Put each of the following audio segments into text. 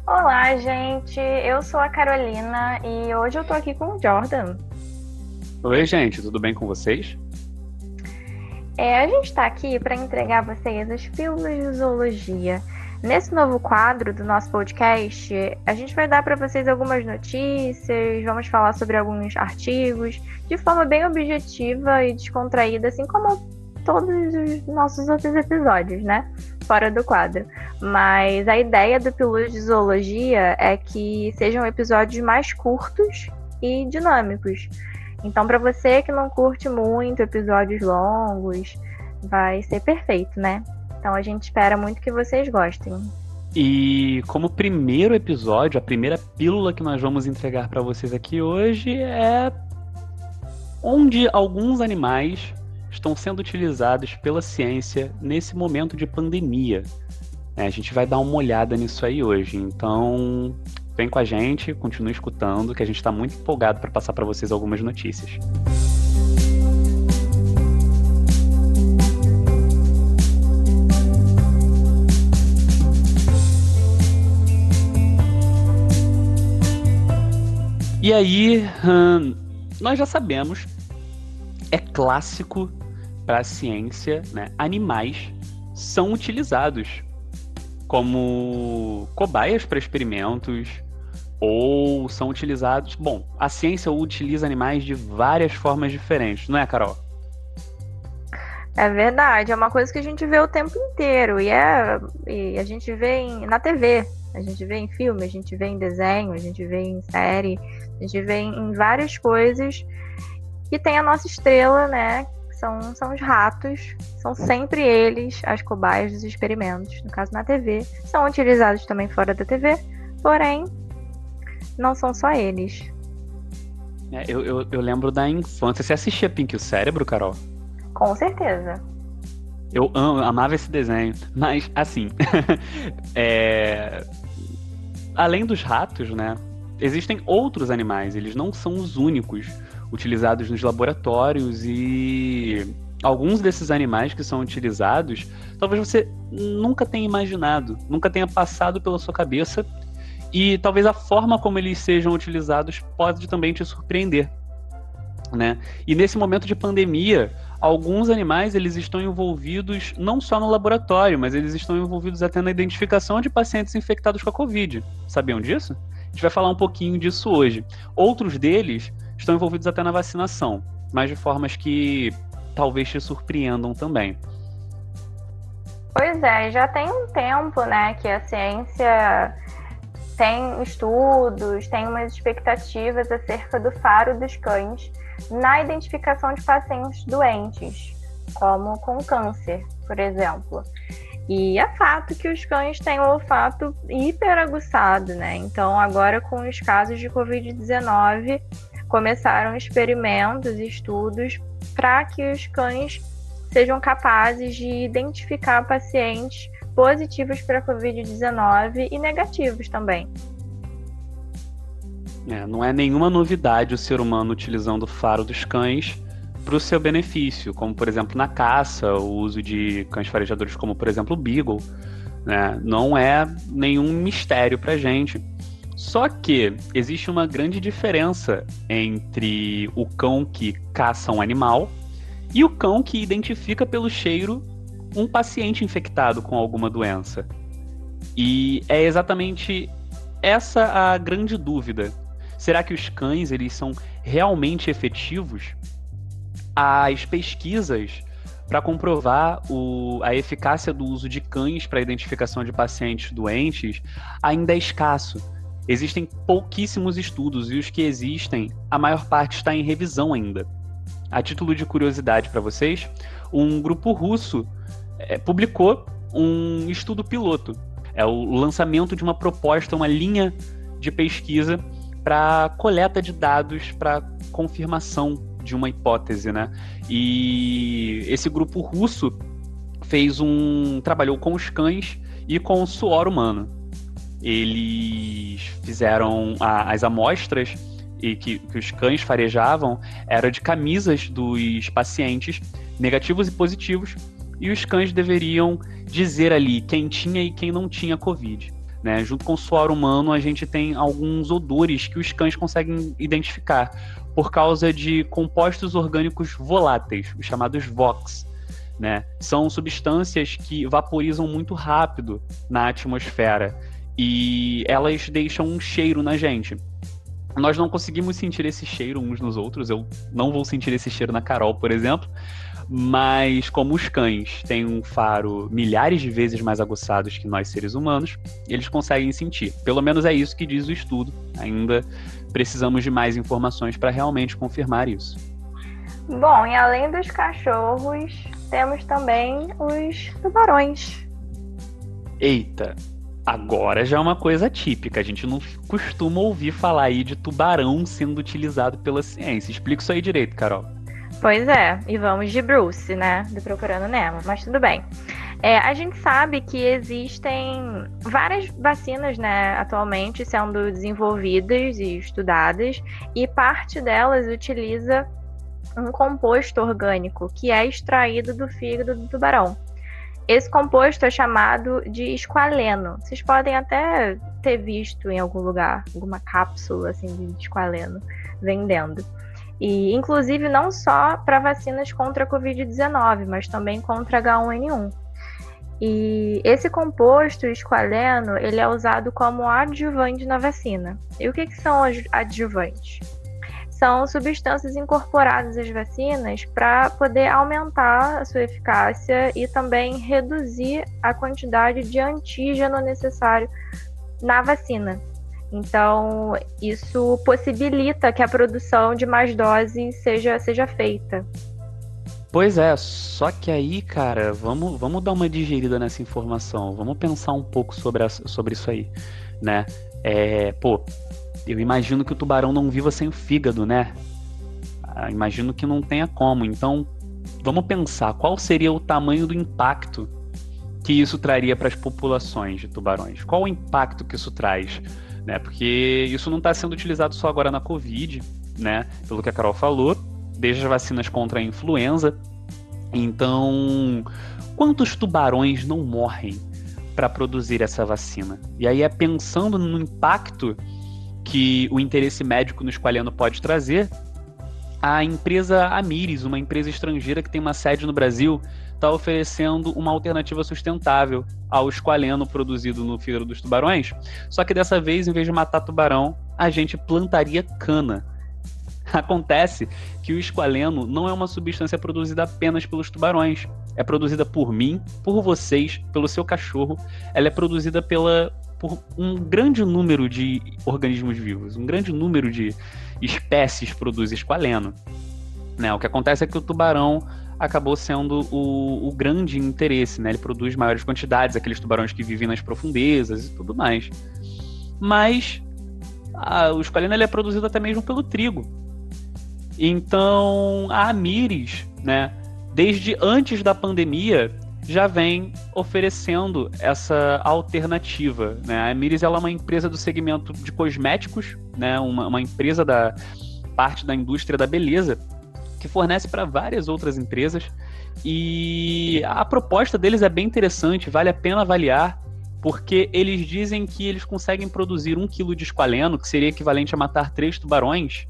Olá, gente. Eu sou a Carolina e hoje eu tô aqui com o Jordan. Oi, gente, tudo bem com vocês? A gente está aqui para entregar a vocês as pílulas de zoologia. Nesse novo quadro do nosso podcast, a gente vai dar para vocês algumas notícias, vamos falar sobre alguns artigos de forma bem objetiva e descontraída, assim como todos os nossos outros episódios, né? Fora do quadro. Mas a ideia do Pílulas de Zoologia é que sejam episódios mais curtos e dinâmicos. Então, para você que não curte muito episódios longos, vai ser perfeito, né? Então, a gente espera muito que vocês gostem. E como primeiro episódio, a primeira pílula que nós vamos entregar para vocês aqui hoje é onde alguns animais estão sendo utilizados pela ciência nesse momento de pandemia. A gente vai dar uma olhada nisso aí hoje, então vem com a gente, continue escutando, que a gente está muito empolgado para passar para vocês algumas notícias. E aí, nós já sabemos, é clássico para a ciência, né? Animais são utilizados como cobaias para experimentos ou são utilizados. Bom, a ciência utiliza animais de várias formas diferentes, não é, Carol? É verdade, é uma coisa que a gente vê o tempo inteiro e a gente vê na TV, a gente vê em filme, a gente vê em desenho, a gente vê em série, a gente vê em várias coisas que tem a nossa estrela, né? São os ratos, são sempre eles as cobaias dos experimentos. No caso, na TV, são utilizados também fora da TV, porém, não são só eles. Eu lembro da infância. Você assistia Pink e o Cérebro, Carol? Com certeza. Amava esse desenho. Mas, assim, é, além dos ratos, né? Existem outros animais, eles não são os únicos utilizados nos laboratórios e alguns desses animais que são utilizados, talvez você nunca tenha imaginado, nunca tenha passado pela sua cabeça e talvez a forma como eles sejam utilizados pode também te surpreender, né? E nesse momento de pandemia, alguns animais eles estão envolvidos não só no laboratório, mas eles estão envolvidos até na identificação de pacientes infectados com a Covid. Sabiam disso? A gente vai falar um pouquinho disso hoje. Outros deles estão envolvidos até na vacinação, mas de formas que talvez te surpreendam também. Pois é, já tem um tempo, né, que a ciência tem estudos, tem umas expectativas acerca do faro dos cães na identificação de pacientes doentes, como com câncer, por exemplo. E é fato que os cães têm o olfato hiperaguçado, né? Então, agora com os casos de Covid-19, começaram experimentos e estudos para que os cães sejam capazes de identificar pacientes positivos para a Covid-19 e negativos também. Não é nenhuma novidade o ser humano utilizando o faro dos cães para o seu benefício, como por exemplo na caça, o uso de cães farejadores como por exemplo o Beagle, né? Não é nenhum mistério para gente. Só que existe uma grande diferença entre o cão que caça um animal e o cão que identifica pelo cheiro um paciente infectado com alguma doença. E é exatamente essa a grande dúvida. Será que os cães eles são realmente efetivos? As pesquisas para comprovar a eficácia do uso de cães para a identificação de pacientes doentes ainda é escasso. Existem pouquíssimos estudos e os que existem, a maior parte está em revisão ainda. A título de curiosidade para vocês, um grupo russo publicou um estudo piloto. É o lançamento de uma proposta, uma linha de pesquisa para coleta de dados para confirmação de uma hipótese, né? E esse grupo russo trabalhou com os cães e com o suor humano. Eles fizeram as amostras e que os cães farejavam era de camisas dos pacientes negativos e positivos, e os cães deveriam dizer ali quem tinha e quem não tinha Covid. né? Junto com o suor humano, a gente tem alguns odores que os cães conseguem identificar por causa de compostos orgânicos voláteis, os chamados VOCs, né? São substâncias que vaporizam muito rápido na atmosfera e elas deixam um cheiro na gente. Nós não conseguimos sentir esse cheiro uns nos outros. Eu não vou sentir esse cheiro na Carol, por exemplo. Mas como os cães têm um faro milhares de vezes mais aguçados que nós seres humanos, eles conseguem sentir. Pelo menos é isso que diz o estudo. Ainda precisamos de mais informações para realmente confirmar isso. Bom, e além dos cachorros, temos também os tubarões. Eita! Agora já é uma coisa típica, a gente não costuma ouvir falar aí de tubarão sendo utilizado pela ciência. Explica isso aí direito, Carol. Pois é, e vamos de Bruce, né, do Procurando Nemo, mas tudo bem. A gente sabe que existem várias vacinas, né, atualmente sendo desenvolvidas e estudadas, e parte delas utiliza um composto orgânico que é extraído do fígado do tubarão. Esse composto é chamado de esqualeno. Vocês podem até ter visto em algum lugar, alguma cápsula assim, de esqualeno vendendo. E, inclusive, não só para vacinas contra a Covid-19, mas também contra H1N1. E esse composto, o esqualeno, ele é usado como adjuvante na vacina. E o que são adjuvantes? São substâncias incorporadas às vacinas para poder aumentar a sua eficácia e também reduzir a quantidade de antígeno necessário na vacina. Então, isso possibilita que a produção de mais doses seja feita. Pois é, só que aí, cara, vamos dar uma digerida nessa informação. Vamos pensar um pouco sobre isso aí, né? Eu imagino que o tubarão não viva sem o fígado, né? Imagino que não tenha como. Então, vamos pensar qual seria o tamanho do impacto que isso traria para as populações de tubarões. Qual o impacto que isso traz? Né? Porque isso não está sendo utilizado só agora na Covid, né? Pelo que a Carol falou, desde as vacinas contra a influenza. Então, quantos tubarões não morrem para produzir essa vacina? E aí é pensando no impacto que o interesse médico no esqualeno pode trazer, a empresa Amyris, uma empresa estrangeira que tem uma sede no Brasil, está oferecendo uma alternativa sustentável ao esqualeno produzido no fígado dos tubarões, só que dessa vez, em vez de matar tubarão, a gente plantaria cana. Acontece que o esqualeno não é uma substância produzida apenas pelos tubarões, é produzida por mim, por vocês, pelo seu cachorro, ela é produzida por um grande número de organismos vivos, um grande número de espécies produz esqualeno. Né? O que acontece é que o tubarão acabou sendo o grande interesse, né? Ele produz maiores quantidades, aqueles tubarões que vivem nas profundezas e tudo mais. Mas o esqualeno ele é produzido até mesmo pelo trigo. Então a Amyris, né, desde antes da pandemia, já vem oferecendo essa alternativa, né? A Amyris ela é uma empresa do segmento de cosméticos, né? Uma empresa da parte da indústria da beleza que fornece para várias outras empresas e a proposta deles é bem interessante, vale a pena avaliar, porque eles dizem que eles conseguem produzir 1 quilo de esqualeno, que seria equivalente a matar 3 tubarões,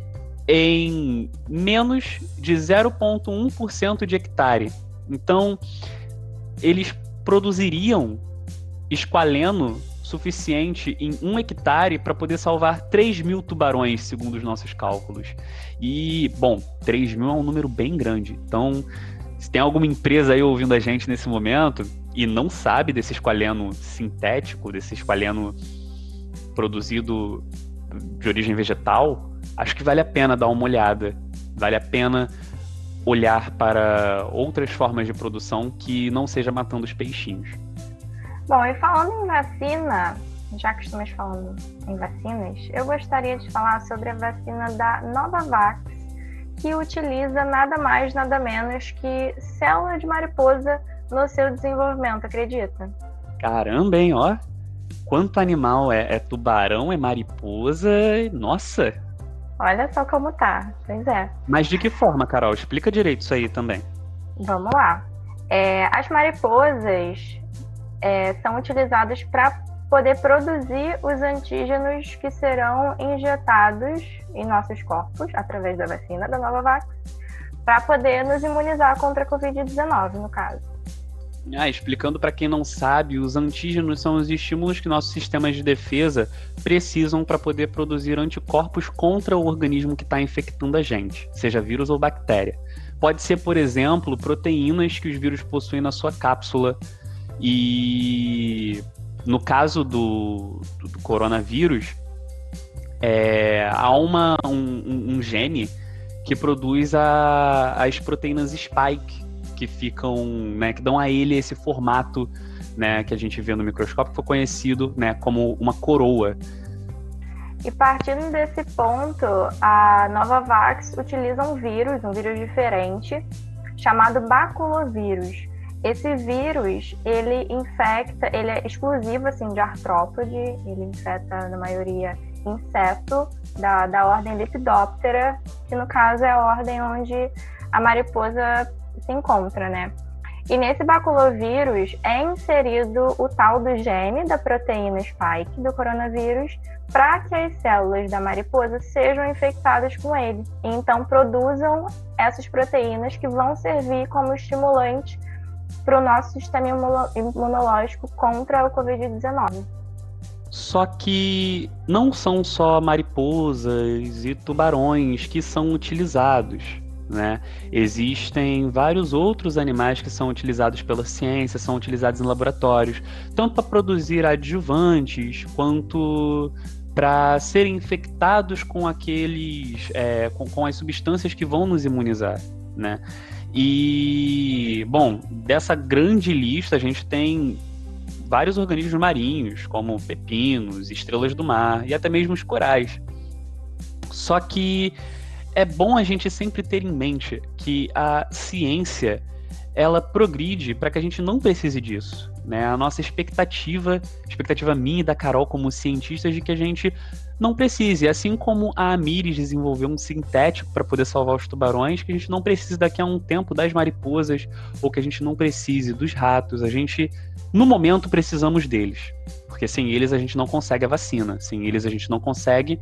em menos de 0,1% de hectare. Então, eles produziriam esqualeno suficiente em 1 hectare para poder salvar 3.000 tubarões, segundo os nossos cálculos. E, bom, 3.000 é um número bem grande. Então, se tem alguma empresa aí ouvindo a gente nesse momento e não sabe desse esqualeno sintético, desse esqualeno produzido de origem vegetal, acho que vale a pena dar uma olhada. Vale a pena olhar para outras formas de produção que não seja matando os peixinhos. Bom, e falando em vacina, já que estamos falando em vacinas, eu gostaria de falar sobre a vacina da Novavax, que utiliza nada mais, nada menos que célula de mariposa no seu desenvolvimento, acredita? Caramba, hein, ó. Quanto animal é tubarão, é mariposa, nossa! Olha só como tá, pois é. Mas de que forma, Carol? Explica direito isso aí também. Vamos lá. As mariposas são utilizadas para poder produzir os antígenos que serão injetados em nossos corpos, através da vacina da Novavax, para poder nos imunizar contra a Covid-19, no caso. Explicando para quem não sabe, os antígenos são os estímulos que nossos sistemas de defesa precisam para poder produzir anticorpos contra o organismo que está infectando a gente, seja vírus ou bactéria. Pode ser, por exemplo, proteínas que os vírus possuem na sua cápsula. E no caso do coronavírus, há um gene que produz as proteínas spike, que ficam, né, que dão a ele esse formato, né, que a gente vê no microscópio, que foi conhecido, né, como uma coroa. E partindo desse ponto, a Novavax utiliza um vírus diferente, chamado baculovírus. Esse vírus, ele é exclusivo assim, de artrópode, ele infecta, na maioria, inseto da ordem Lepidoptera, que no caso é a ordem onde a mariposa se encontra, né? E nesse baculovírus é inserido o tal do gene da proteína spike do coronavírus para que as células da mariposa sejam infectadas com ele. E então produzam essas proteínas que vão servir como estimulante para o nosso sistema imunológico contra o Covid-19. Só que não são só mariposas e tubarões que são utilizados, né? Existem vários outros animais que são utilizados pela ciência, são utilizados em laboratórios, tanto para produzir adjuvantes, quanto para serem infectados com com as substâncias que vão nos imunizar, né? E, bom, dessa grande lista a gente tem vários organismos marinhos, como pepinos, estrelas do mar e até mesmo os corais. Só que é bom a gente sempre ter em mente que a ciência, ela progride para que a gente não precise disso, né? A nossa expectativa minha e da Carol como cientistas, de que a gente não precise, assim como a Amyris desenvolveu um sintético para poder salvar os tubarões, que a gente não precise daqui a um tempo das mariposas, ou que a gente não precise dos ratos. A gente, no momento, precisamos deles, porque sem eles a gente não consegue a vacina, sem eles a gente não consegue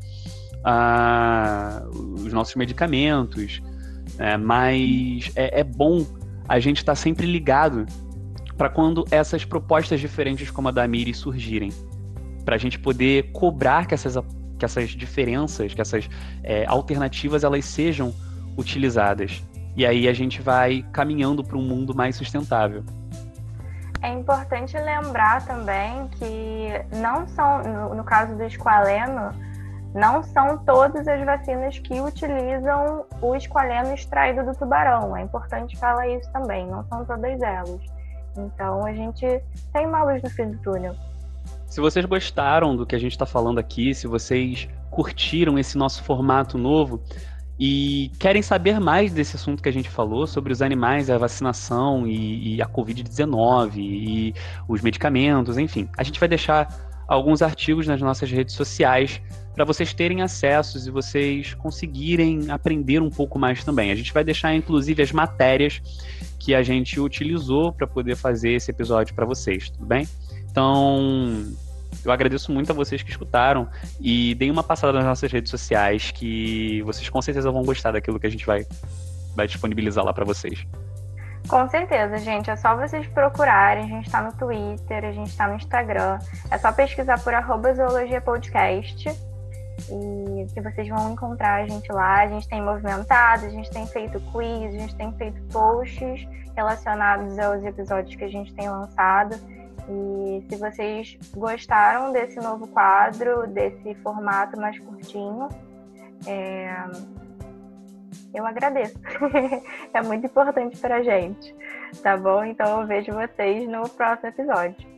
os nossos medicamentos, mas é bom a gente estar sempre ligado para quando essas propostas diferentes como a da Amyris surgirem, para a gente poder cobrar que essas diferenças, que essas alternativas, elas sejam utilizadas. E aí a gente vai caminhando para um mundo mais sustentável. É importante lembrar também que não são, no caso do esqualeno, não são todas as vacinas que utilizam o esqualeno extraído do tubarão. É importante falar isso também, não são todas elas. Então a gente tem uma luz no fim do túnel. Se vocês gostaram do que a gente está falando aqui, se vocês curtiram esse nosso formato novo e querem saber mais desse assunto que a gente falou, sobre os animais, a vacinação e a Covid-19 e os medicamentos, enfim, a gente vai deixar alguns artigos nas nossas redes sociais para vocês terem acessos e vocês conseguirem aprender um pouco mais também. A gente vai deixar, inclusive, as matérias que a gente utilizou para poder fazer esse episódio para vocês, tudo bem? Então, eu agradeço muito a vocês que escutaram e deem uma passada nas nossas redes sociais, que vocês com certeza vão gostar daquilo que a gente vai disponibilizar lá para vocês. Com certeza, gente. É só vocês procurarem. A gente está no Twitter, a gente está no Instagram. É só pesquisar por @zoologiapodcast e que vocês vão encontrar a gente lá. A gente tem movimentado, a gente tem feito quiz, a gente tem feito posts relacionados aos episódios que a gente tem lançado. E se vocês gostaram desse novo quadro, desse formato mais curtinho, eu agradeço. É muito importante pra gente, tá bom? Então eu vejo vocês no próximo episódio.